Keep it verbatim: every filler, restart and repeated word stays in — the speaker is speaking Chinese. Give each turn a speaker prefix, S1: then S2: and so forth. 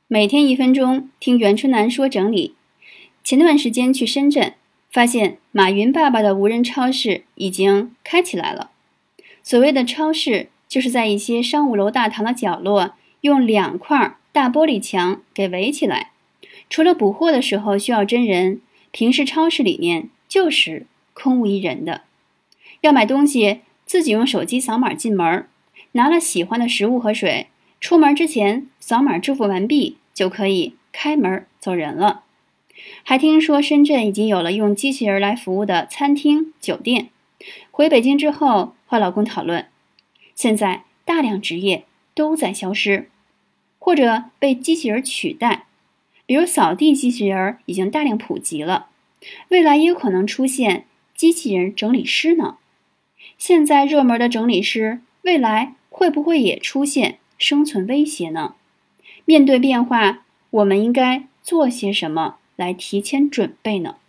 S1: 每天一分钟，听袁春楠说整理。前段时间去深圳，发现马云爸爸的无人超市已经开起来了。所谓的超市，就是在一些商务楼大堂的角落，用两块大玻璃墙给围起来。除了补货的时候需要真人，平时超市里面就是空无一人的。要买东西，自己用手机扫码进门，拿了喜欢的食物和水，出门之前扫码支付完毕，就可以开门走人了。还听说深圳已经有了用机器人来服务的餐厅、酒店。回北京之后和老公讨论，现在大量职业都在消失，或者被机器人取代。比如扫地机器人已经大量普及了，未来也有可能出现机器人整理师呢。现在热门的整理师，未来会不会也出现生存威胁呢？面对变化，我们应该做些什么来提前准备呢？